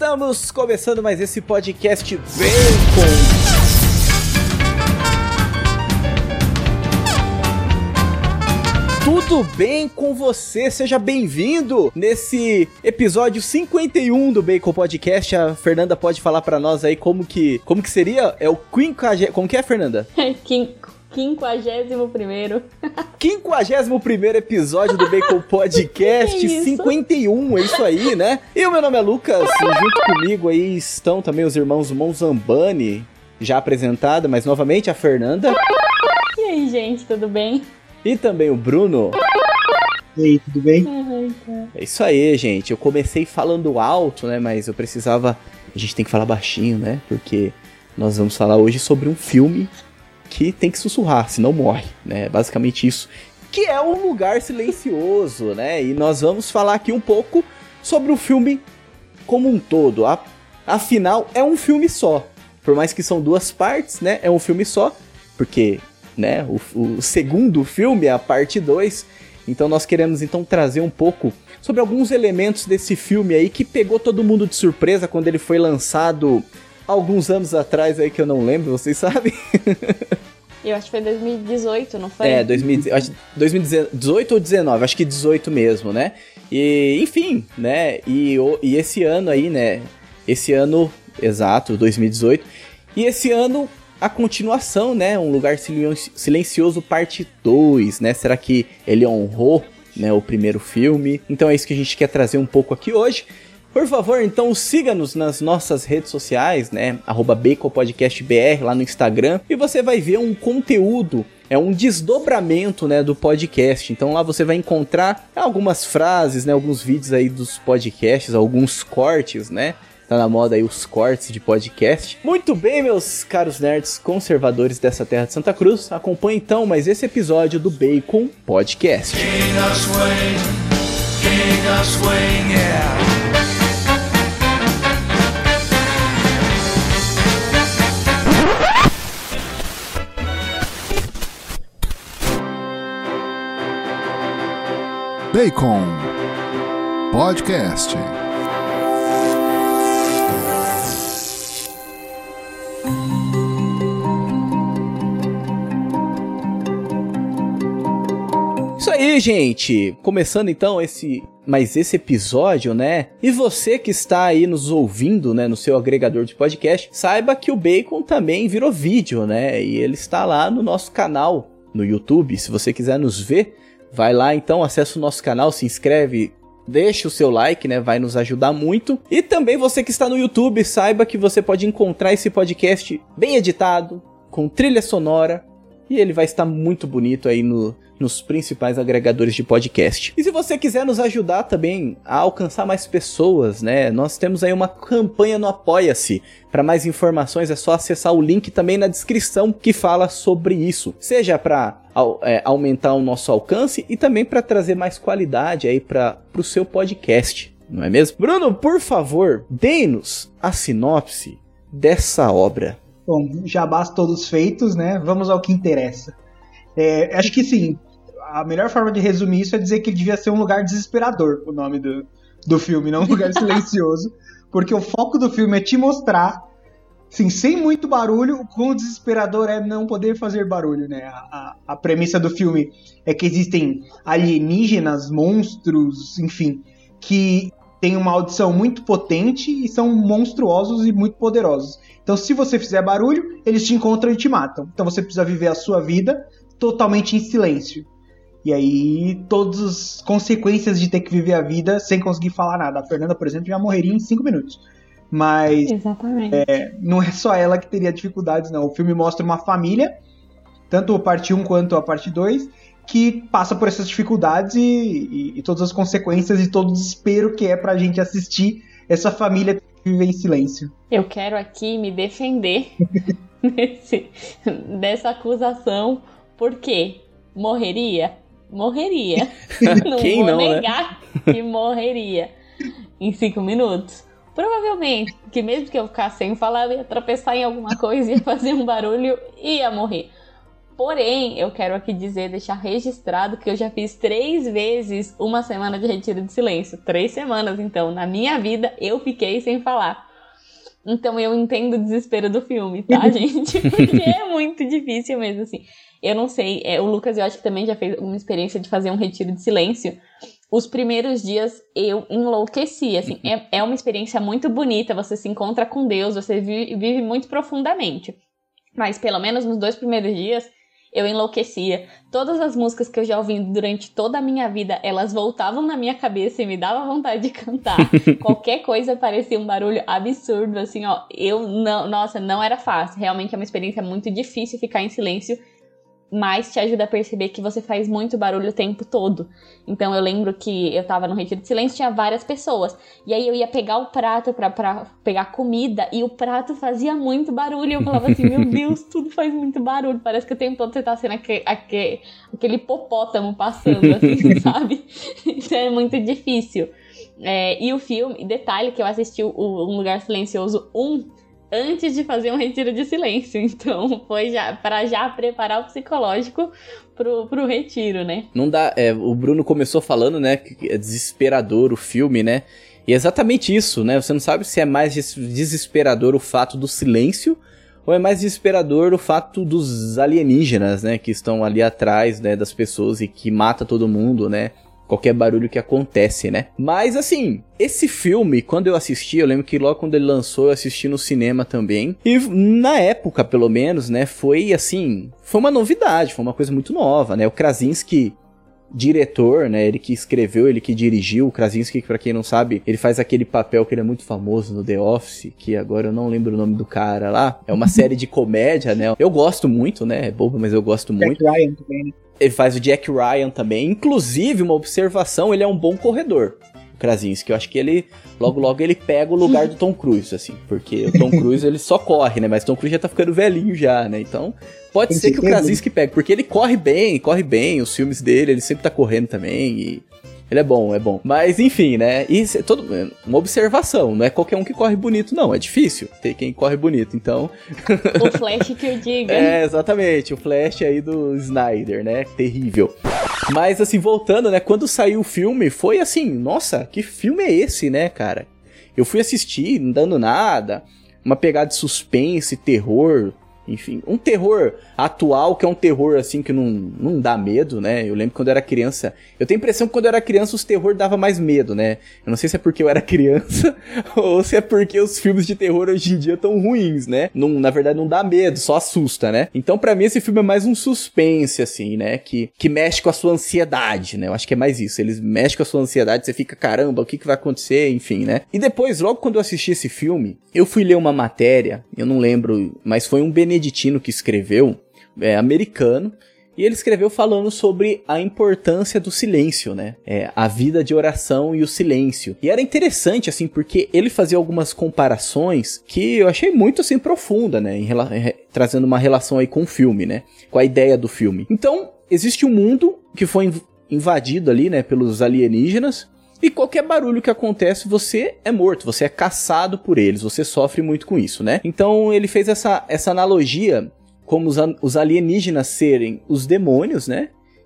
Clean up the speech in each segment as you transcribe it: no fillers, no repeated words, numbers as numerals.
Estamos começando mais esse podcast Bacon. Tudo bem com você? Seja bem-vindo nesse episódio 51 do Bacon Podcast. A Fernanda pode falar pra nós aí como que seria? É o 50... Como que é, Fernanda? 51º. 51º episódio do Bacon Podcast, 51, é isso aí, né? E o meu nome é Lucas, e junto comigo aí estão também os irmãos Monzambani, já apresentada, mas novamente a Fernanda. E aí, gente, tudo bem? E também o Bruno. E aí, tudo bem? É isso aí, gente. Eu comecei falando alto, né? Mas eu precisava... A gente tem que falar baixinho, né? Porque nós vamos falar hoje sobre um filme que tem que sussurrar, senão morre, né? Basicamente isso. Que é Um Lugar Silencioso, né? E nós vamos falar aqui um pouco sobre o filme como um todo. Afinal, é um filme só. Por mais que são duas partes, né? É um filme só. Porque... né? O segundo filme é a parte 2, então nós queremos então trazer um pouco sobre alguns elementos desse filme aí que pegou todo mundo de surpresa quando ele foi lançado alguns anos atrás aí que eu não lembro, vocês sabem? Eu acho que foi 2018, não foi? 2018 ou 19, acho que 18 mesmo, né? E, enfim, né? E esse ano aí, né? Esse ano, exato, 2018, e esse ano... a continuação, né? Um Lugar Silencioso, parte 2, né? Será que ele honrou, né, o primeiro filme? Então é isso que a gente quer trazer um pouco aqui hoje. Por favor, então siga-nos nas nossas redes sociais, né? @BaconPodcastBR lá no Instagram. E você vai ver um conteúdo, um desdobramento, né, do podcast. Então lá você vai encontrar algumas frases, né? Alguns vídeos aí dos podcasts, alguns cortes, né? Tá na moda aí os cortes de podcast. Muito bem, meus caros nerds conservadores dessa terra de Santa Cruz. Acompanhe então mais esse episódio do Bacon Podcast. Bacon Podcast. Isso aí, gente! Começando então esse episódio, né? E você que está aí nos ouvindo, né, no seu agregador de podcast, saiba que o Bacon também virou vídeo, né? E ele está lá no nosso canal no YouTube. Se você quiser nos ver, vai lá então, acessa o nosso canal, se inscreve, deixa o seu like, né? Vai nos ajudar muito. E também você que está no YouTube, saiba que você pode encontrar esse podcast bem editado, com trilha sonora, e ele vai estar muito bonito aí nos principais agregadores de podcast. E se você quiser nos ajudar também a alcançar mais pessoas, né? Nós temos aí uma campanha no Apoia-se. Para mais informações é só acessar o link também na descrição que fala sobre isso. Seja para aumentar o nosso alcance e também para trazer mais qualidade aí para o seu podcast, não é mesmo? Bruno, por favor, dê-nos a sinopse dessa obra. Bom, jabás todos feitos, né? Vamos ao que interessa. Acho que sim, a melhor forma de resumir isso é dizer que devia ser Um Lugar Desesperador, o nome do filme, não Um Lugar Silencioso, porque o foco do filme é te mostrar, assim, sem muito barulho, o quão desesperador é não poder fazer barulho, né? A premissa do filme é que existem alienígenas, monstros, enfim, que têm uma audição muito potente e são monstruosos e muito poderosos. Então, se você fizer barulho, eles te encontram e te matam. Então, você precisa viver a sua vida totalmente em silêncio. E aí, todas as consequências de ter que viver a vida sem conseguir falar nada. A Fernanda, por exemplo, já morreria em 5 minutos. Mas exatamente. Não é só ela que teria dificuldades, não. O filme mostra uma família, tanto a parte 1 quanto a parte 2, que passa por essas dificuldades e todas as consequências e todo o desespero que é pra gente assistir essa família viver em silêncio. Eu quero aqui me defender dessa acusação, porque morreria? Morreria. Não Quem vou não, negar, né? Que morreria em 5 minutos. Provavelmente, que mesmo que eu ficasse sem falar, eu ia tropeçar em alguma coisa, ia fazer um barulho e ia morrer. Porém, eu quero aqui dizer, deixar registrado que eu já fiz 3 vezes uma semana de retiro de silêncio. 3 semanas, então. Na minha vida, eu fiquei sem falar. Então eu entendo o desespero do filme, tá, gente? Porque é muito difícil mesmo, assim. Eu não sei, o Lucas eu acho que também já fez uma experiência de fazer um retiro de silêncio. Os primeiros dias eu enlouqueci, assim. É uma experiência muito bonita, você se encontra com Deus, você vive muito profundamente. Mas pelo menos nos 2 primeiros dias eu enlouquecia. Todas as músicas que eu já ouvi durante toda a minha vida, elas voltavam na minha cabeça e me dava vontade de cantar. Qualquer coisa parecia um barulho absurdo, assim, ó. Nossa, não era fácil. Realmente é uma experiência muito difícil ficar em silêncio, mas te ajuda a perceber que você faz muito barulho o tempo todo. Então eu lembro que eu tava no retiro de silêncio, tinha várias pessoas. E aí eu ia pegar o prato pra pegar comida, e o prato fazia muito barulho. E eu falava assim, meu Deus, tudo faz muito barulho. Parece que o tempo todo você tá sendo aquele hipopótamo passando, assim, sabe? Então é muito difícil. E o filme, detalhe que eu assisti o Um Lugar Silencioso 1, antes de fazer um retiro de silêncio. Então, foi para preparar o psicológico pro retiro, né? Não dá... o Bruno começou falando, né, que é desesperador o filme, né? E é exatamente isso, né? Você não sabe se é mais desesperador o fato do silêncio ou é mais desesperador o fato dos alienígenas, né? Que estão ali atrás, né, das pessoas e que mata todo mundo, né? Qualquer barulho que acontece, né? Mas, assim, esse filme, quando eu assisti, eu lembro que logo quando ele lançou, eu assisti no cinema também. E na época, pelo menos, né, foi, assim, foi uma novidade, foi uma coisa muito nova, né? O Krasinski, diretor, né, ele que escreveu, ele que dirigiu. O Krasinski, pra quem não sabe, ele faz aquele papel que ele é muito famoso no The Office, que agora eu não lembro o nome do cara lá. É uma série de comédia, né? Eu gosto muito, né? É bobo, mas eu gosto muito. Jack Ryan também, né? Ele faz o Jack Ryan também. Inclusive, uma observação, ele é um bom corredor, o Krasinski. Eu acho que ele, logo ele pega o lugar do Tom Cruise, assim. Porque o Tom Cruise, ele só corre, né? Mas o Tom Cruise já tá ficando velhinho já, né? Então, pode ser que o Krasinski pegue. Porque ele corre bem. Os filmes dele, ele sempre tá correndo também. E ele é bom. Mas, enfim, né? E uma observação. Não é qualquer um que corre bonito, não. É difícil ter quem corre bonito, então... O Flash que eu diga. Exatamente. O Flash aí do Snyder, né? Terrível. Mas, assim, voltando, né? Quando saiu o filme, foi assim... Nossa, que filme é esse, né, cara? Eu fui assistir, não dando nada. Uma pegada de suspense, terror... Enfim, um terror atual, que é um terror, assim, que não dá medo, né? Eu lembro quando eu era criança... Eu tenho a impressão que quando eu era criança os terror dava mais medo, né? Eu não sei se é porque eu era criança ou se é porque os filmes de terror hoje em dia estão ruins, né? Na verdade não dá medo, só assusta, né? Então pra mim esse filme é mais um suspense, assim, né? Que mexe com a sua ansiedade, né? Eu acho que é mais isso. Eles mexem com a sua ansiedade, você fica, caramba, o que vai acontecer? Enfim, né? E depois, logo quando eu assisti esse filme, eu fui ler uma matéria, eu não lembro, mas foi um beneditino que escreveu, americano, e ele escreveu falando sobre a importância do silêncio, né? A vida de oração e o silêncio. E era interessante, assim, porque ele fazia algumas comparações que eu achei muito, assim, profunda, né? Trazendo uma relação aí com o filme, né? Com a ideia do filme. Então, existe um mundo que foi invadido ali, né? Pelos alienígenas. E qualquer barulho que acontece, você é morto, você é caçado por eles, você sofre muito com isso, né? Então ele fez essa analogia como os alienígenas serem os demônios, né?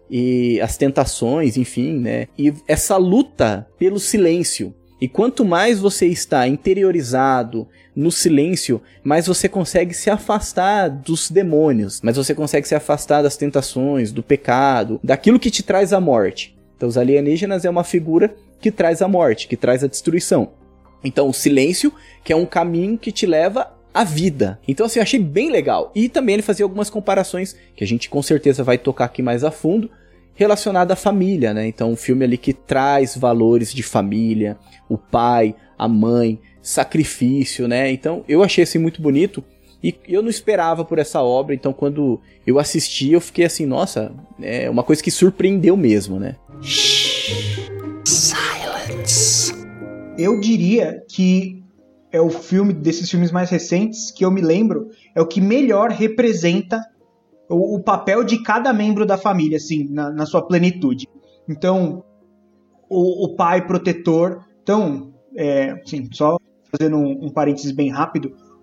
E as tentações, enfim, né? E essa luta pelo silêncio. E quanto mais você está interiorizado no silêncio, mais você consegue se afastar dos demônios, mais você consegue se afastar das tentações, do pecado, daquilo que te traz a morte. Então os alienígenas é uma figura que traz a morte, que traz a destruição. Então o silêncio, que é um caminho que te leva à vida. Então assim, eu achei bem legal. E também ele fazia algumas comparações, que a gente com certeza vai tocar aqui mais a fundo, relacionado à família, né? Então um filme ali que traz valores de família, o pai, a mãe, sacrifício, né? Então eu achei assim muito bonito. E eu não esperava por essa obra, então quando eu assisti, eu fiquei assim, nossa, é uma coisa que surpreendeu mesmo, né? Silence. Eu diria que é o filme desses filmes mais recentes que eu me lembro, é o que melhor representa o papel de cada membro da família, assim, na sua plenitude. Então, o pai protetor. Então, assim, só fazendo um parênteses bem rápido,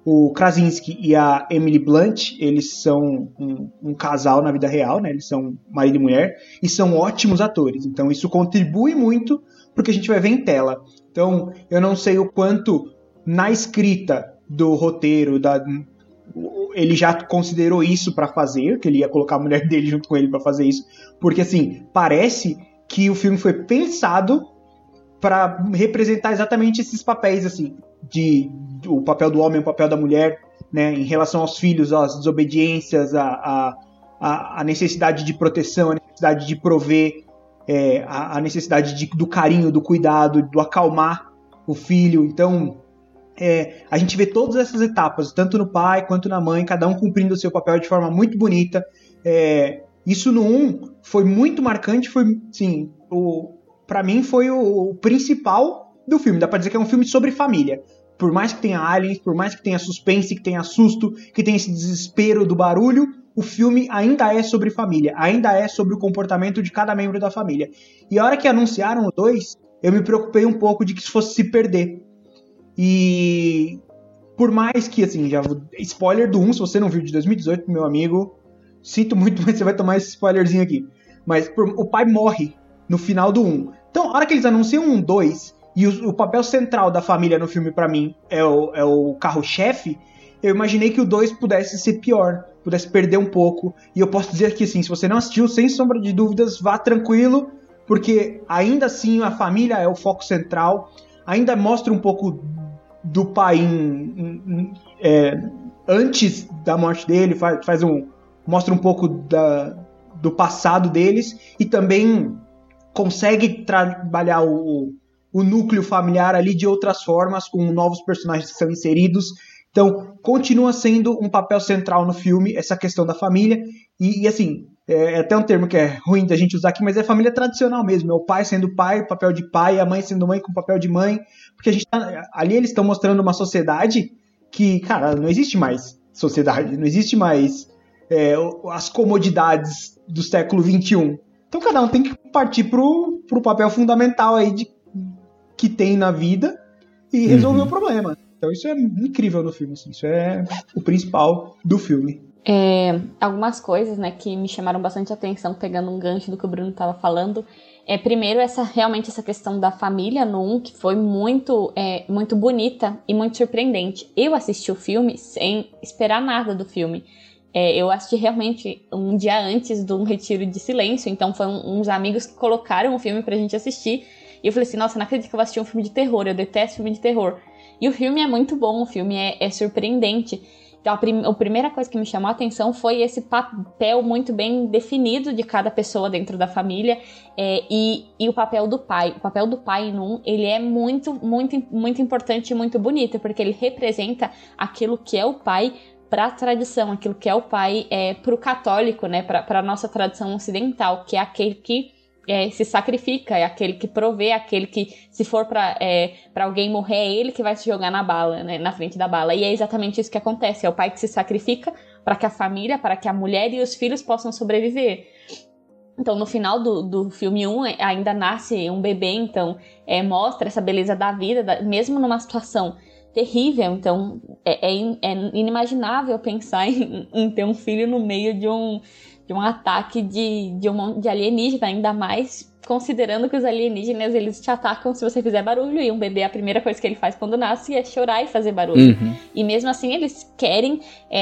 o Krasinski e a Emily Blunt, eles são um casal na vida real, né? Eles são marido e mulher, e são ótimos atores. Então isso contribui muito pro que a gente vai ver em tela. Então eu não sei o quanto na escrita do roteiro, ele já considerou isso pra fazer, que ele ia colocar a mulher dele junto com ele pra fazer isso, porque assim, parece que o filme foi pensado pra representar exatamente esses papéis, assim, o papel do homem e o papel da mulher, né, em relação aos filhos, às desobediências, a necessidade de proteção, a necessidade de prover, a necessidade do carinho, do cuidado, do acalmar o filho. Então, a gente vê todas essas etapas, tanto no pai quanto na mãe, cada um cumprindo o seu papel de forma muito bonita. Isso no 1 foi muito marcante, foi, sim, pra mim foi o principal do filme. Dá pra dizer que é um filme sobre família. Por mais que tenha aliens, por mais que tenha suspense, que tenha susto, que tenha esse desespero do barulho, o filme ainda é sobre família, ainda é sobre o comportamento de cada membro da família. E a hora que anunciaram o 2, eu me preocupei um pouco de que isso fosse se perder. E por mais que, assim, já spoiler do 1, se você não viu de 2018, meu amigo, sinto muito, mas você vai tomar esse spoilerzinho aqui. Mas o pai morre no final do 1. Então, a hora que eles anunciam um 2, e o papel central da família no filme, pra mim, é o carro-chefe, eu imaginei que o 2 pudesse ser pior, pudesse perder um pouco. E eu posso dizer que, assim, se você não assistiu, sem sombra de dúvidas, vá tranquilo, porque ainda assim a família é o foco central, ainda mostra um pouco do pai antes da morte dele, mostra um pouco do passado deles, e também consegue trabalhar o núcleo familiar ali de outras formas, com novos personagens que são inseridos. Então, continua sendo um papel central no filme, essa questão da família. E assim, é até um termo que é ruim da gente usar aqui, mas é família tradicional mesmo. É o pai sendo pai, o papel de pai, a mãe sendo mãe com o papel de mãe. Porque ali eles estão mostrando uma sociedade que, cara, não existe mais sociedade, não existe mais as comodidades do século XXI. Então cada um tem que partir pro papel fundamental aí que tem na vida e resolver o problema. Então isso é incrível no filme, assim, isso é o principal do filme. Algumas coisas, né, que me chamaram bastante atenção, pegando um gancho do que o Bruno estava falando. Primeiro, realmente essa questão da família no 1, que foi muito bonita e muito surpreendente. Eu assisti o filme sem esperar nada do filme. Eu assisti realmente um dia antes de um retiro de silêncio, então foram uns amigos que colocaram o filme pra gente assistir. E eu falei assim, nossa, não acredito que eu vou assistir um filme de terror, eu detesto filme de terror. E o filme é muito bom, o filme é surpreendente. Então a primeira coisa que me chamou a atenção foi esse papel muito bem definido de cada pessoa dentro da família, e o papel do pai. O papel do pai no 1, ele é muito, muito, muito importante e muito bonito, porque ele representa aquilo que é o pai para a tradição, aquilo que é o pai para o católico, né, para a nossa tradição ocidental, que é aquele que se sacrifica, é aquele que provê, aquele que, se for para alguém morrer, é ele que vai se jogar na bala, né, na frente da bala. E é exatamente isso que acontece, é o pai que se sacrifica para que a família, para que a mulher e os filhos possam sobreviver. Então, no final do filme 1, ainda nasce um bebê, então mostra essa beleza da vida, mesmo numa situação terrível. Então, é inimaginável pensar em ter um filho no meio de um ataque de alienígena, ainda mais considerando que os alienígenas, eles te atacam se você fizer barulho, e um bebê, a primeira coisa que ele faz quando nasce é chorar e fazer barulho. E mesmo assim, eles querem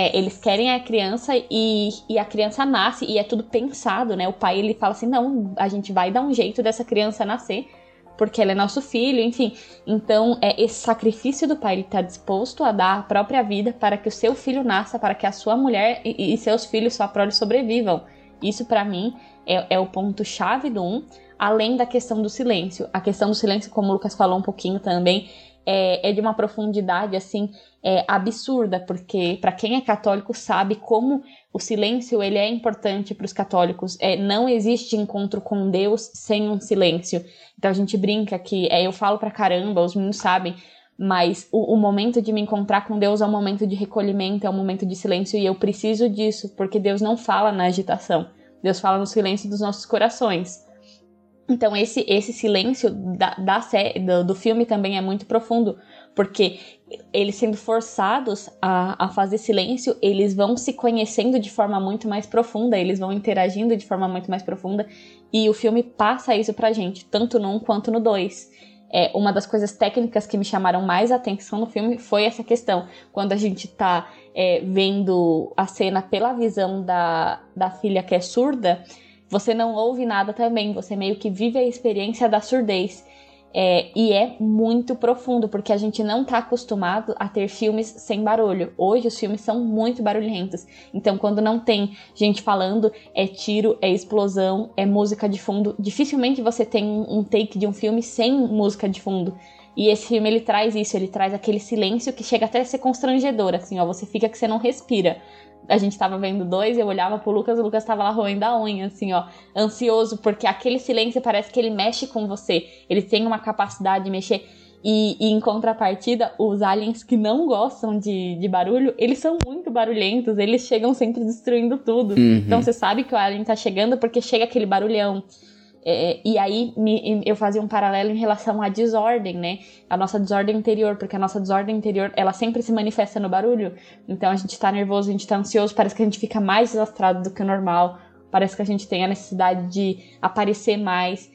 a criança, e a criança nasce, e é tudo pensado, né? O pai, ele fala assim, não, a gente vai dar um jeito dessa criança nascer, porque ela é nosso filho, enfim. Então, esse sacrifício do pai, ele está disposto a dar a própria vida para que o seu filho nasça, para que a sua mulher e seus filhos, sua prole, sobrevivam. Isso, para mim, é o ponto-chave do 1, além da questão do silêncio. A questão do silêncio, como o Lucas falou um pouquinho também, é de uma profundidade, assim, absurda, porque para quem é católico sabe como o silêncio, ele é importante para os católicos. Não existe encontro com Deus sem um silêncio. Então a gente brinca que, eu falo pra caramba, os meninos sabem, mas o momento de me encontrar com Deus é um momento de recolhimento, é um momento de silêncio, e eu preciso disso, porque Deus não fala na agitação, Deus fala no silêncio dos nossos corações. Então esse silêncio do filme também é muito profundo, porque eles sendo forçados a fazer silêncio, eles vão se conhecendo de forma muito mais profunda, eles vão interagindo de forma muito mais profunda, e o filme passa isso pra gente, tanto no 1 quanto no 2. Uma das coisas técnicas que me chamaram mais atenção no filme foi essa questão. Quando a gente tá vendo a cena pela visão da filha que é surda, você não ouve nada também, você meio que vive a experiência da surdez. E é muito profundo, porque a gente não tá acostumado a ter filmes sem barulho. Hoje os filmes são muito barulhentos. Então quando não tem gente falando, é tiro, é explosão, é música de fundo. Dificilmente você tem um take de um filme sem música de fundo. E esse filme, ele traz isso, ele traz aquele silêncio que chega até a ser constrangedor, assim, ó, você fica que você não respira. A gente tava vendo 2, eu olhava pro Lucas, o Lucas tava lá roendo a unha, assim, ó, ansioso, porque aquele silêncio parece que ele mexe com você, ele tem uma capacidade de mexer, e em contrapartida, os aliens que não gostam de barulho, eles são muito barulhentos, eles chegam sempre destruindo tudo. Então você sabe que o alien tá chegando porque chega aquele barulhão. E aí eu fazia um paralelo em relação à desordem, né? A nossa desordem interior, porque a nossa desordem interior, ela sempre se manifesta no barulho. Então a gente tá nervoso, a gente tá ansioso, parece que a gente fica mais desastrado do que o normal, parece que a gente tem a necessidade de aparecer mais.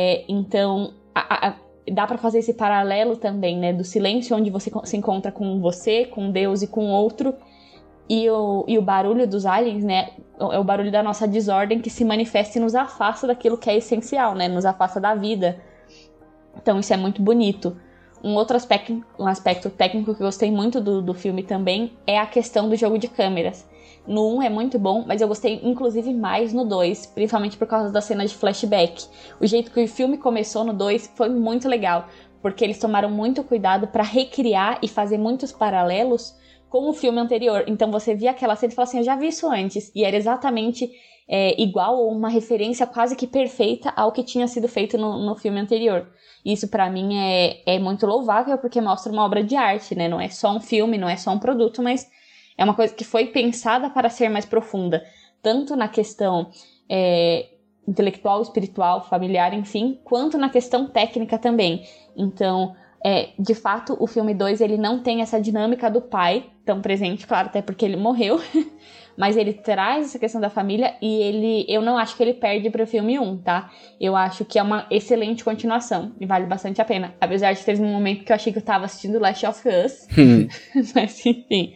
Então dá pra fazer esse paralelo também, né? Do silêncio, onde você se encontra com você, com Deus e com o outro. E o barulho dos aliens, né, é o barulho da nossa desordem que se manifesta e nos afasta daquilo que é essencial, né, nos afasta da vida. Então isso é muito bonito. Um outro aspecto técnico que eu gostei muito do filme também é a questão do jogo de câmeras. No 1 é muito bom, mas eu gostei inclusive mais no 2, principalmente por causa da cena de flashback. O jeito que o filme começou no 2 foi muito legal, porque eles tomaram muito cuidado para recriar e fazer muitos paralelos com o filme anterior. Então você via aquela cena e falava assim, eu já vi isso antes. E era exatamente igual ou uma referência quase que perfeita ao que tinha sido feito no filme anterior. E isso pra mim é muito louvável, porque mostra uma obra de arte, né? Não é só um filme, não é só um produto, mas é uma coisa que foi pensada para ser mais profunda. Tanto na questão intelectual, espiritual, familiar, enfim, quanto na questão técnica também. Então, de fato, o filme 2, ele não tem essa dinâmica do pai tão presente, claro, até porque ele morreu, mas ele traz essa questão da família e eu não acho que ele perde pro filme 1, tá? Eu acho que é uma excelente continuação e vale bastante a pena. Apesar de ter um momento que eu achei que eu tava assistindo Last of Us, mas enfim.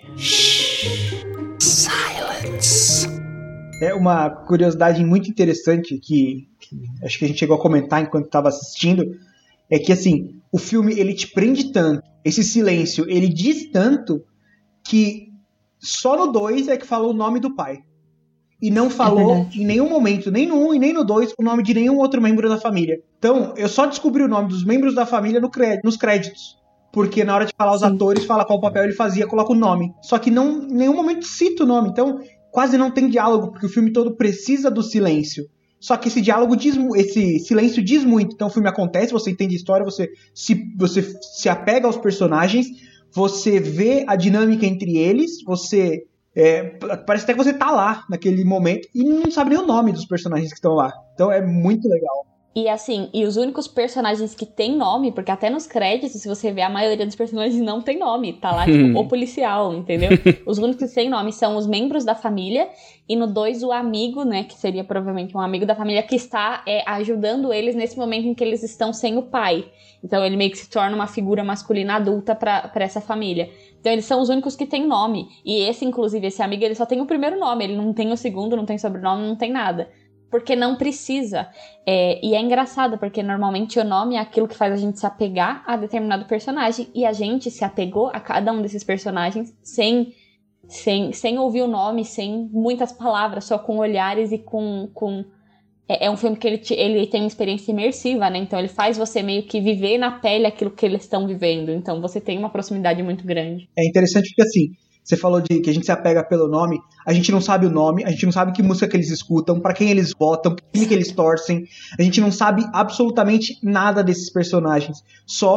Silence. É uma curiosidade muito interessante que acho que a gente chegou a comentar enquanto estava assistindo, é que assim, o filme ele te prende tanto, esse silêncio ele diz tanto que só no 2 é que falou o nome do pai. E não falou em nenhum momento, nem no 1 e nem no 2, o nome de nenhum outro membro da família. Então, eu só descobri o nome dos membros da família nos créditos. Porque na hora de falar os atores, fala qual papel ele fazia, coloca o nome. Só que não, em nenhum momento cita o nome. Então, quase não tem diálogo, porque o filme todo precisa do silêncio. Só que esse silêncio diz muito. Então o filme acontece, você entende a história, você se apega aos personagens, você vê a dinâmica entre eles, você parece até que você tá lá naquele momento e não sabe nem o nome dos personagens que estão lá. Então é muito legal. E assim, os únicos personagens que tem nome, porque até nos créditos, se você ver, a maioria dos personagens não tem nome, tá lá tipo o policial, entendeu? Os únicos que têm nome são os membros da família, e no 2 o amigo, né, que seria provavelmente um amigo da família que está ajudando eles nesse momento em que eles estão sem o pai. Então ele meio que se torna uma figura masculina adulta pra essa família. Então eles são os únicos que têm nome, e inclusive, esse amigo, ele só tem o primeiro nome, ele não tem o segundo, não tem sobrenome, não tem nada. Porque não precisa. E é engraçado, porque normalmente o nome é aquilo que faz a gente se apegar a determinado personagem, e a gente se apegou a cada um desses personagens sem ouvir o nome, sem muitas palavras, só com olhares e com... É um filme que ele tem uma experiência imersiva, né? Então ele faz você meio que viver na pele aquilo que eles estão vivendo. Então você tem uma proximidade muito grande. É interessante porque assim, você falou que a gente se apega pelo nome, a gente não sabe o nome, a gente não sabe que música que eles escutam, pra quem eles votam, que time que eles torcem, a gente não sabe absolutamente nada desses personagens, só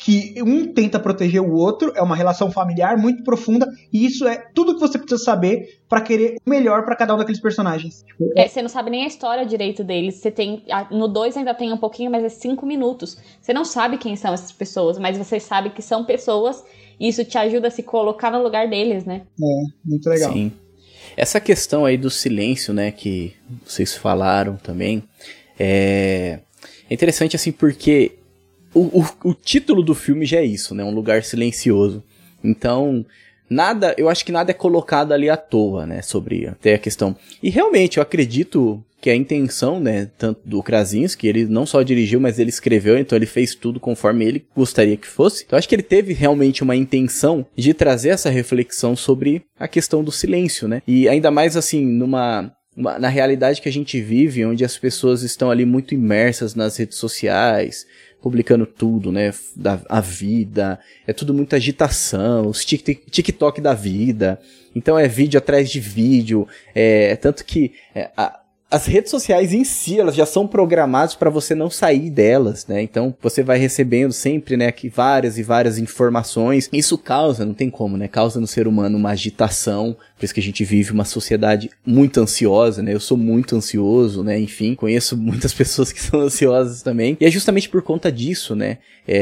que um tenta proteger o outro, é uma relação familiar muito profunda, e isso é tudo que você precisa saber pra querer o melhor pra cada um daqueles personagens. Você não sabe nem a história direito deles. Você tem. No 2 ainda tem um pouquinho, mas é 5 minutos. Você não sabe quem são essas pessoas, mas você sabe que são pessoas, e isso te ajuda a se colocar no lugar deles, né? Muito legal. Sim. Essa questão aí do silêncio, né, que vocês falaram também, é interessante, assim, porque o título do filme já é isso, né? Um lugar silencioso. Então, eu acho que nada é colocado ali à toa, né? Sobre até a questão. E realmente, eu acredito que a intenção, né? Tanto do Krasinski, ele não só dirigiu, mas ele escreveu, então ele fez tudo conforme ele gostaria que fosse. Então, eu acho que ele teve realmente uma intenção de trazer essa reflexão sobre a questão do silêncio, né? E ainda mais, assim, na realidade que a gente vive, onde as pessoas estão ali muito imersas nas redes sociais, publicando tudo, né, a vida, é tudo muita agitação, os TikTok da vida, então é vídeo atrás de vídeo, tanto que as redes sociais em si, elas já são programadas para você não sair delas, né? Então, você vai recebendo sempre, né, aqui várias e várias informações. Isso causa, não tem como, né? Causa no ser humano uma agitação. Por isso que a gente vive uma sociedade muito ansiosa, né? Eu sou muito ansioso, né? Enfim, conheço muitas pessoas que são ansiosas também. E é justamente por conta disso, né?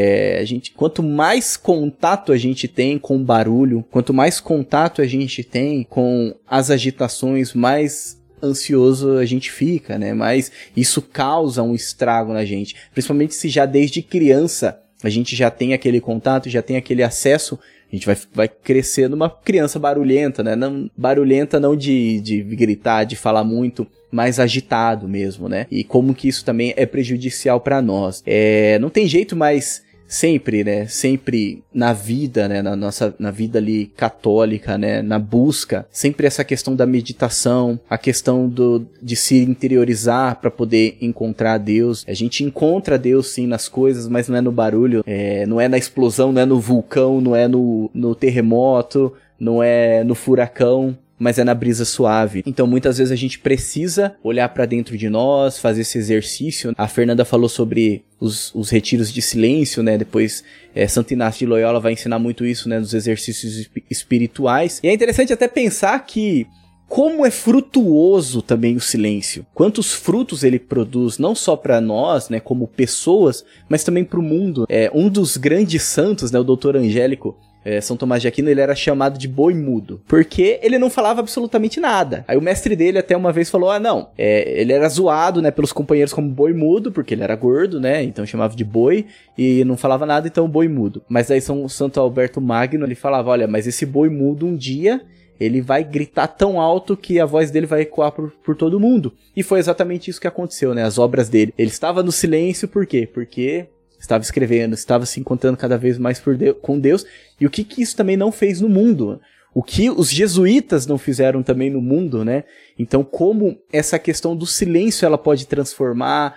Quanto mais contato a gente tem com o barulho, quanto mais contato a gente tem com as agitações, mais ansioso a gente fica, né? Mas isso causa um estrago na gente. Principalmente se já desde criança a gente já tem aquele contato, já tem aquele acesso, a gente vai crescer numa criança barulhenta, né? Barulhenta não de gritar, de falar muito, mais agitado mesmo, né? E como que isso também é prejudicial para nós. Não tem jeito mais... Sempre, né, sempre na vida, né, na vida ali católica, né, na busca, sempre essa questão da meditação, a questão de se interiorizar para poder encontrar Deus. A gente encontra Deus sim nas coisas, mas não é no barulho, não é na explosão, não é no vulcão, não é no terremoto, não é no furacão, mas é na brisa suave. Então muitas vezes a gente precisa olhar para dentro de nós, fazer esse exercício. A Fernanda falou sobre os retiros de silêncio, né? Depois Santo Inácio de Loyola vai ensinar muito isso, né? Dos exercícios espirituais. E é interessante até pensar que como é frutuoso também o silêncio. Quantos frutos ele produz, não só para nós, né? Como pessoas, mas também para o mundo. Um dos grandes santos, né? O Doutor Angélico, São Tomás de Aquino, ele era chamado de boi mudo, porque ele não falava absolutamente nada. Aí o mestre dele até uma vez falou, ele era zoado, né, pelos companheiros como boi mudo, porque ele era gordo, né, então chamava de boi, e não falava nada, então boi mudo. Mas aí Santo Alberto Magno, ele falava, olha, mas esse boi mudo um dia, ele vai gritar tão alto que a voz dele vai ecoar por todo mundo. E foi exatamente isso que aconteceu, né, as obras dele. Ele estava no silêncio, por quê? Porque estava escrevendo, estava se encontrando cada vez mais com Deus. E o que isso também não fez no mundo? O que os jesuítas não fizeram também no mundo, né? Então, como essa questão do silêncio ela pode transformar,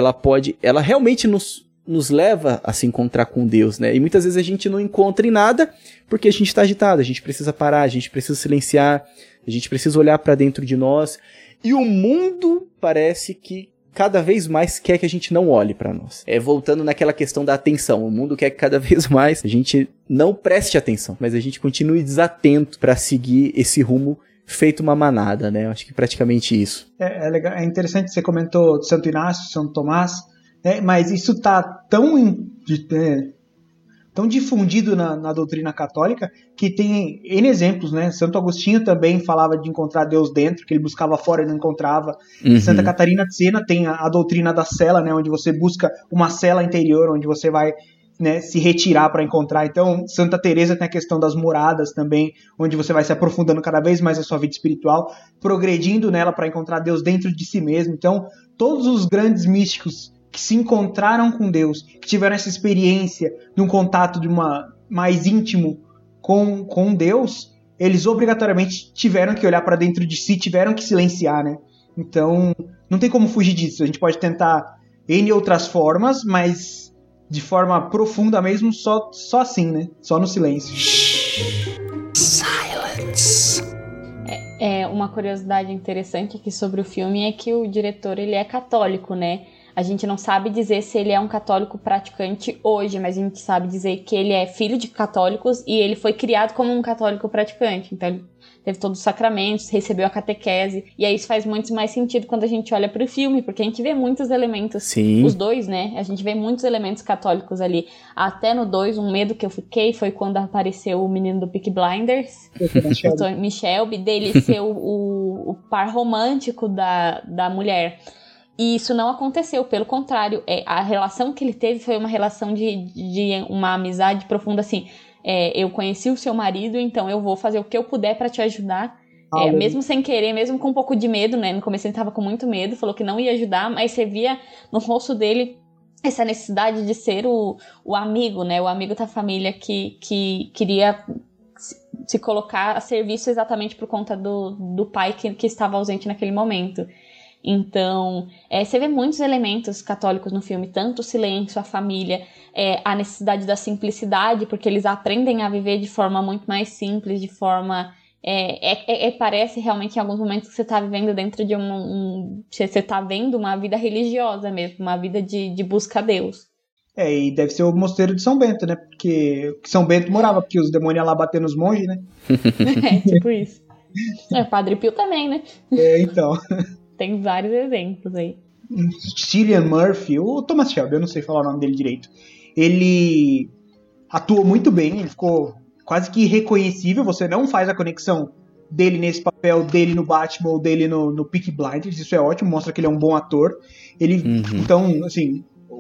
ela realmente nos leva a se encontrar com Deus, né? E muitas vezes a gente não encontra em nada porque a gente está agitado, a gente precisa parar, a gente precisa silenciar, a gente precisa olhar para dentro de nós. E o mundo parece que cada vez mais quer que a gente não olhe para nós. Voltando naquela questão da atenção. O mundo quer que cada vez mais a gente não preste atenção, mas a gente continue desatento para seguir esse rumo feito uma manada, né? Eu acho que praticamente isso. É legal, é interessante, você comentou de Santo Inácio, Santo Tomás, né? Mas isso tá tão difundido na doutrina católica que tem N exemplos, né? Santo Agostinho também falava de encontrar Deus dentro, que ele buscava fora e não encontrava. Uhum. Santa Catarina de Sena tem a doutrina da cela, né? Onde você busca uma cela interior, onde você vai, né, se retirar para encontrar. Então, Santa Teresa tem a questão das moradas também, onde você vai se aprofundando cada vez mais na sua vida espiritual, progredindo nela para encontrar Deus dentro de si mesmo. Então, todos os grandes místicos que se encontraram com Deus, que tiveram essa experiência de um contato mais íntimo com Deus, eles obrigatoriamente tiveram que olhar para dentro de si, tiveram que silenciar, né? Então, não tem como fugir disso. A gente pode tentar N outras formas, mas de forma profunda mesmo, só assim, né? Só no silêncio. Silence. Uma curiosidade interessante aqui sobre o filme é que o diretor, ele é católico, né? A gente não sabe dizer se ele é um católico praticante hoje, mas a gente sabe dizer que ele é filho de católicos e ele foi criado como um católico praticante. Então ele teve todos os sacramentos, recebeu a catequese. E aí isso faz muito mais sentido quando a gente olha pro filme, porque a gente vê muitos elementos, Sim. Os dois, né? A gente vê muitos elementos católicos ali. Até no 2, um medo que eu fiquei foi quando apareceu o menino do Peaky Blinders, o Tommy Shelby, dele ser o par romântico da mulher. E isso não aconteceu, pelo contrário, a relação que ele teve foi uma relação de uma amizade profunda, assim, eu conheci o seu marido, então eu vou fazer o que eu puder pra te ajudar, mesmo sem querer, mesmo com um pouco de medo, né, no começo ele tava com muito medo, falou que não ia ajudar, mas você via no rosto dele essa necessidade de ser o amigo, né, o amigo da família que queria se colocar a serviço exatamente por conta do pai que estava ausente naquele momento. Então, você vê muitos elementos católicos no filme, tanto o silêncio, a família, a necessidade da simplicidade, porque eles aprendem a viver de forma muito mais simples, de forma... parece realmente em alguns momentos que você está vivendo dentro de você está vendo uma vida religiosa mesmo, uma vida de busca a Deus. E deve ser o mosteiro de São Bento, né? Porque São Bento morava, porque os demônios iam lá bater nos monges, né? Tipo isso. Padre Pio também, né? Então... Tem vários exemplos aí. Cillian Murphy, o Thomas Shelby, eu não sei falar o nome dele direito. Ele atuou muito bem, ele ficou quase que irreconhecível. Você não faz a conexão dele nesse papel, dele no Batman ou dele no Peaky Blinders. Isso é ótimo, mostra que ele é um bom ator. Então, assim,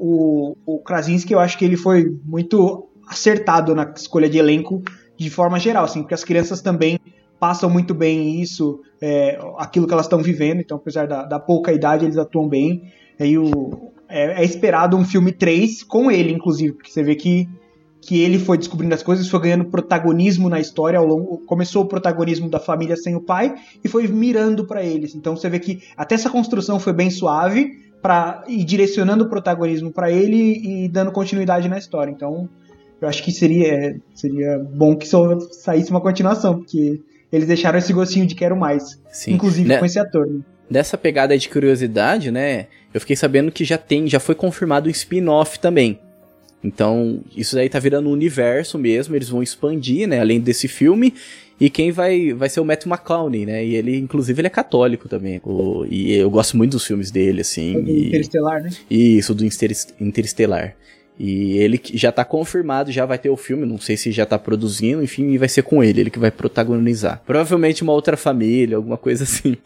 o Krasinski, eu acho que ele foi muito acertado na escolha de elenco de forma geral, assim, porque as crianças também passam muito bem isso, aquilo que elas estão vivendo, então apesar da pouca idade eles atuam bem, aí é esperado um filme 3 com ele, inclusive, porque você vê que ele foi descobrindo as coisas, foi ganhando protagonismo na história, começou o protagonismo da família sem o pai, e foi mirando para eles, então você vê que até essa construção foi bem suave, para ir direcionando o protagonismo para ele e dando continuidade na história, então eu acho que seria bom que só saísse uma continuação, porque eles deixaram esse gostinho de quero mais. Sim. Inclusive com esse ator. Né? Dessa pegada de curiosidade, né? Eu fiquei sabendo que já foi confirmado um spin-off também. Então, isso daí tá virando um universo mesmo. Eles vão expandir, né? Além desse filme. E quem vai ser o Matthew McConaughey, né? E ele, inclusive, ele é católico também. E eu gosto muito dos filmes dele, assim. Do Interestelar, né? Isso, do Interestelar. E ele já tá confirmado, já vai ter o filme, não sei se já tá produzindo, enfim, e vai ser com ele que vai protagonizar. Provavelmente uma outra família, alguma coisa assim.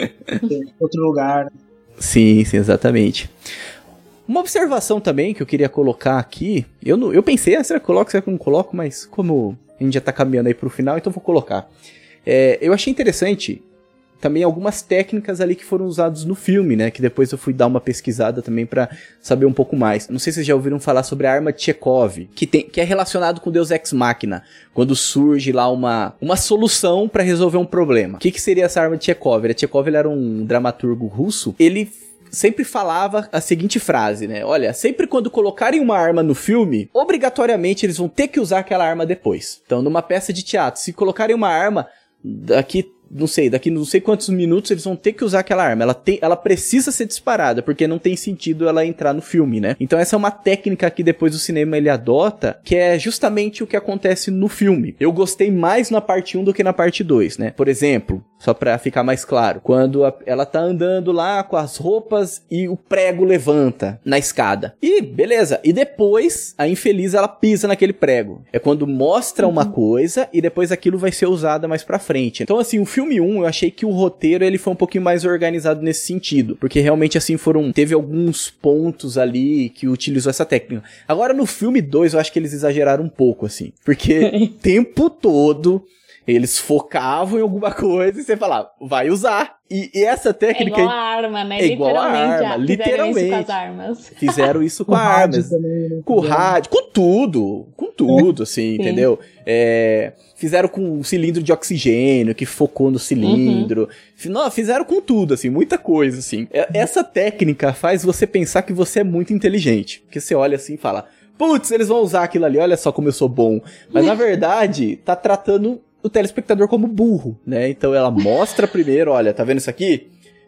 Outro lugar. Sim, exatamente. Uma observação também que eu queria colocar aqui, eu pensei, será que eu coloco, será que eu não coloco, mas como a gente já tá caminhando aí pro final, então eu vou colocar. Eu achei interessante também algumas técnicas ali que foram usadas no filme, né? Que depois eu fui dar uma pesquisada também pra saber um pouco mais. Não sei se vocês já ouviram falar sobre a arma de Chekhov, que é relacionado com Deus Ex Machina, quando surge lá uma solução pra resolver um problema. O que seria essa arma de Chekhov? Chekhov ele era um dramaturgo russo, ele sempre falava a seguinte frase, né? Olha, sempre quando colocarem uma arma no filme, obrigatoriamente eles vão ter que usar aquela arma depois. Então, numa peça de teatro, se colocarem uma arma, daqui não sei quantos minutos eles vão ter que usar aquela arma. Ela precisa ser disparada, porque não tem sentido ela entrar no filme, né? Então essa é uma técnica que depois o cinema ele adota, que é justamente o que acontece no filme. Eu gostei mais na parte 1 do que na parte 2, né? Por exemplo, só pra ficar mais claro, quando ela tá andando lá com as roupas e o prego levanta na escada. E beleza, e depois a infeliz ela pisa naquele prego. É quando mostra uma coisa e depois aquilo vai ser usado mais pra frente. Então assim, o filme 1, eu achei que o roteiro ele foi um pouquinho mais organizado nesse sentido, porque realmente assim teve alguns pontos ali que utilizou essa técnica. Agora no filme 2 eu acho que eles exageraram um pouco assim, porque o tempo todo eles focavam em alguma coisa e você falava, vai usar. E essa técnica... É igual a arma, né? É igual a arma, literalmente. Fizeram isso com as armas. Fizeram isso com armas. Também, né? Com o rádio, com tudo, assim, sim. Entendeu? Fizeram com um cilindro de oxigênio, que focou no cilindro. Fizeram com tudo, assim, muita coisa, assim. Essa técnica faz você pensar que você é muito inteligente. Porque você olha assim e fala, putz, eles vão usar aquilo ali, olha só como eu sou bom. Mas, na verdade, tá tratando o telespectador como burro, né? Então ela mostra primeiro, olha, tá vendo isso aqui?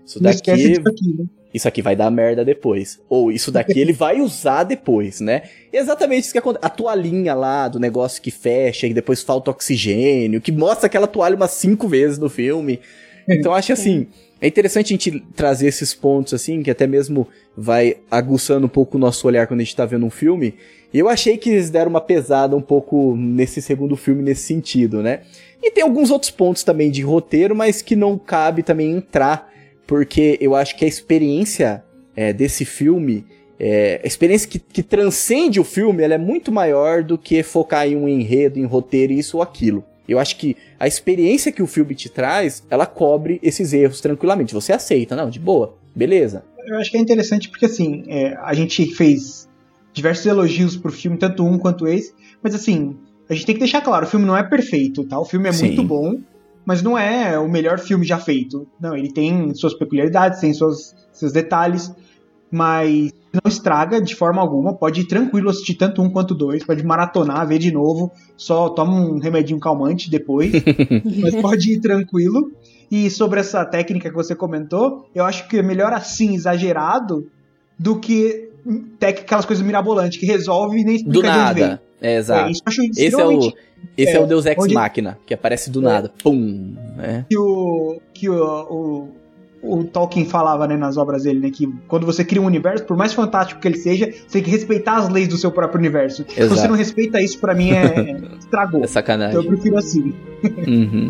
Não esquece disso aqui, né? Isso aqui vai dar merda depois. Ou isso daqui ele vai usar depois, né? Exatamente isso que acontece. A toalhinha lá do negócio que fecha e depois falta oxigênio, que mostra aquela toalha umas 5 vezes no filme. Então acho assim, é interessante a gente trazer esses pontos assim, que até mesmo vai aguçando um pouco o nosso olhar quando a gente tá vendo um filme. E eu achei que eles deram uma pesada um pouco nesse segundo filme nesse sentido, né? E tem alguns outros pontos também de roteiro, mas que não cabe também entrar, porque eu acho que a experiência desse filme, a experiência que transcende o filme, ela é muito maior do que focar em um enredo, em roteiro, isso ou aquilo. Eu acho que a experiência que o filme te traz, ela cobre esses erros tranquilamente. Você aceita, não, de boa, beleza. Eu acho que é interessante porque, assim, a gente fez diversos elogios pro filme, tanto um quanto esse, mas, assim, a gente tem que deixar claro, o filme não é perfeito, tá? O filme é muito bom, mas não é o melhor filme já feito. Não, ele tem suas peculiaridades, tem seus detalhes, mas não estraga de forma alguma. Pode ir tranquilo assistir tanto um quanto dois, pode maratonar, ver de novo, só toma um remedinho calmante depois, mas pode ir tranquilo. E sobre essa técnica que você comentou, eu acho que é melhor assim, exagerado, do que aquelas coisas mirabolantes que resolve e nem explica do nada. Exato. Isso eu acho esse é o Deus Ex Machina, que aparece do nada. Pum! Que o Tolkien falava, né, nas obras dele, né, que quando você cria um universo, por mais fantástico que ele seja, você tem que respeitar as leis do seu próprio universo. Exato. Se você não respeita isso, pra mim estragou. É sacanagem. Então eu prefiro assim. Uhum.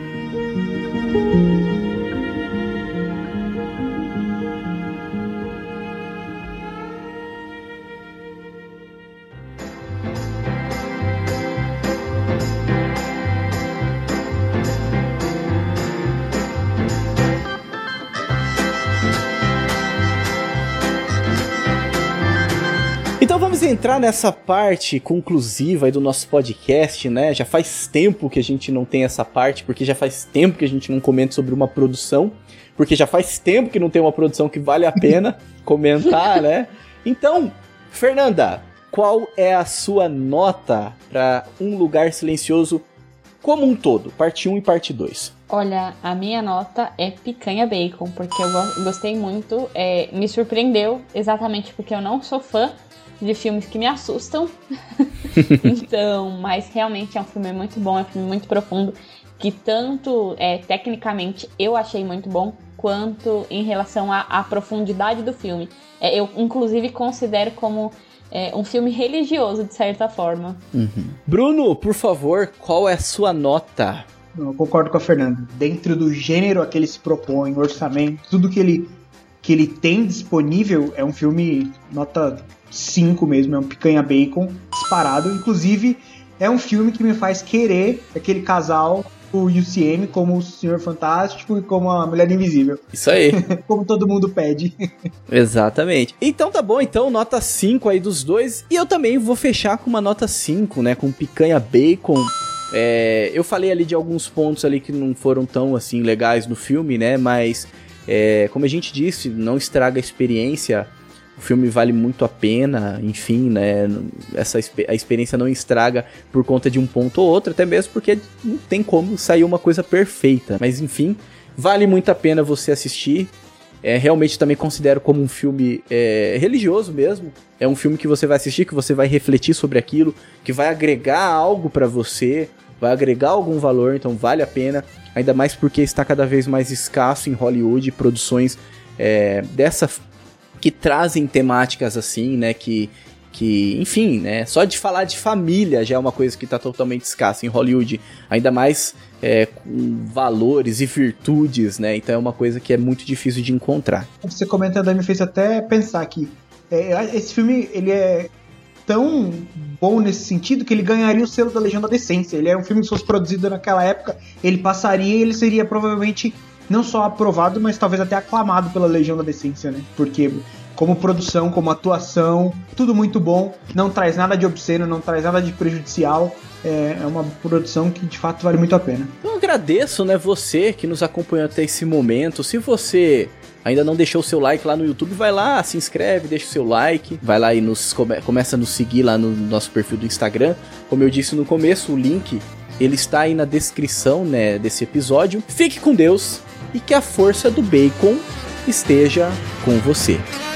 Então vamos entrar nessa parte conclusiva aí do nosso podcast, né? Já faz tempo que a gente não tem essa parte, porque já faz tempo que a gente não comenta sobre uma produção, porque já faz tempo que não tem uma produção que vale a pena comentar, né? Então, Fernanda, qual é a sua nota para Um Lugar Silencioso como um todo? Parte 1 e parte 2. Olha, a minha nota é Picanha Bacon, porque eu gostei muito, me surpreendeu, exatamente porque eu não sou fã de filmes que me assustam. Então, mas realmente é um filme muito bom, é um filme muito profundo, que tanto tecnicamente eu achei muito bom, quanto em relação à profundidade do filme. Eu, inclusive, considero como um filme religioso, de certa forma. Uhum. Bruno, por favor, qual é a sua nota? Eu concordo com a Fernanda. Dentro do gênero a que ele se propõe, orçamento, tudo que ele tem disponível, é um filme nota 5 mesmo, é um Picanha Bacon disparado. Inclusive, é um filme que me faz querer aquele casal, o UCM, como o Senhor Fantástico e como a Mulher Invisível. Isso aí. Como todo mundo pede. Exatamente. Então tá bom, então nota 5 aí dos dois. E eu também vou fechar com uma nota 5, né, com Picanha Bacon. Eu falei ali de alguns pontos ali que não foram tão, assim, legais no filme, né, mas como a gente disse, não estraga a experiência. O filme vale muito a pena, enfim, né, a experiência não estraga por conta de um ponto ou outro, até mesmo porque não tem como sair uma coisa perfeita. Mas enfim, vale muito a pena você assistir. Realmente também considero como um filme religioso mesmo. É um filme que você vai assistir, que você vai refletir sobre aquilo, que vai agregar algo pra você, vai agregar algum valor, então vale a pena. Ainda mais porque está cada vez mais escasso em Hollywood produções dessa que trazem temáticas assim, né, que enfim, né, só de falar de família já é uma coisa que tá totalmente escassa em Hollywood, ainda mais com valores e virtudes, né, então é uma coisa que é muito difícil de encontrar. Você comentando aí me fez até pensar que esse filme, ele é tão bom nesse sentido que ele ganharia o selo da Legião da Decência. Ele é um filme que, se fosse produzido naquela época, ele passaria e ele seria provavelmente não só aprovado, mas talvez até aclamado pela Legião da Decência, né? Porque como produção, como atuação, tudo muito bom, não traz nada de obsceno, não traz nada de prejudicial, é uma produção que de fato vale muito a pena. Eu agradeço, né, você que nos acompanhou até esse momento. Se você ainda não deixou o seu like lá no YouTube, vai lá, se inscreve, deixa o seu like, vai lá e começa a nos seguir lá no nosso perfil do Instagram. Como eu disse no começo, o link ele está aí na descrição, né, desse episódio. Fique com Deus e que a força do bacon esteja com você.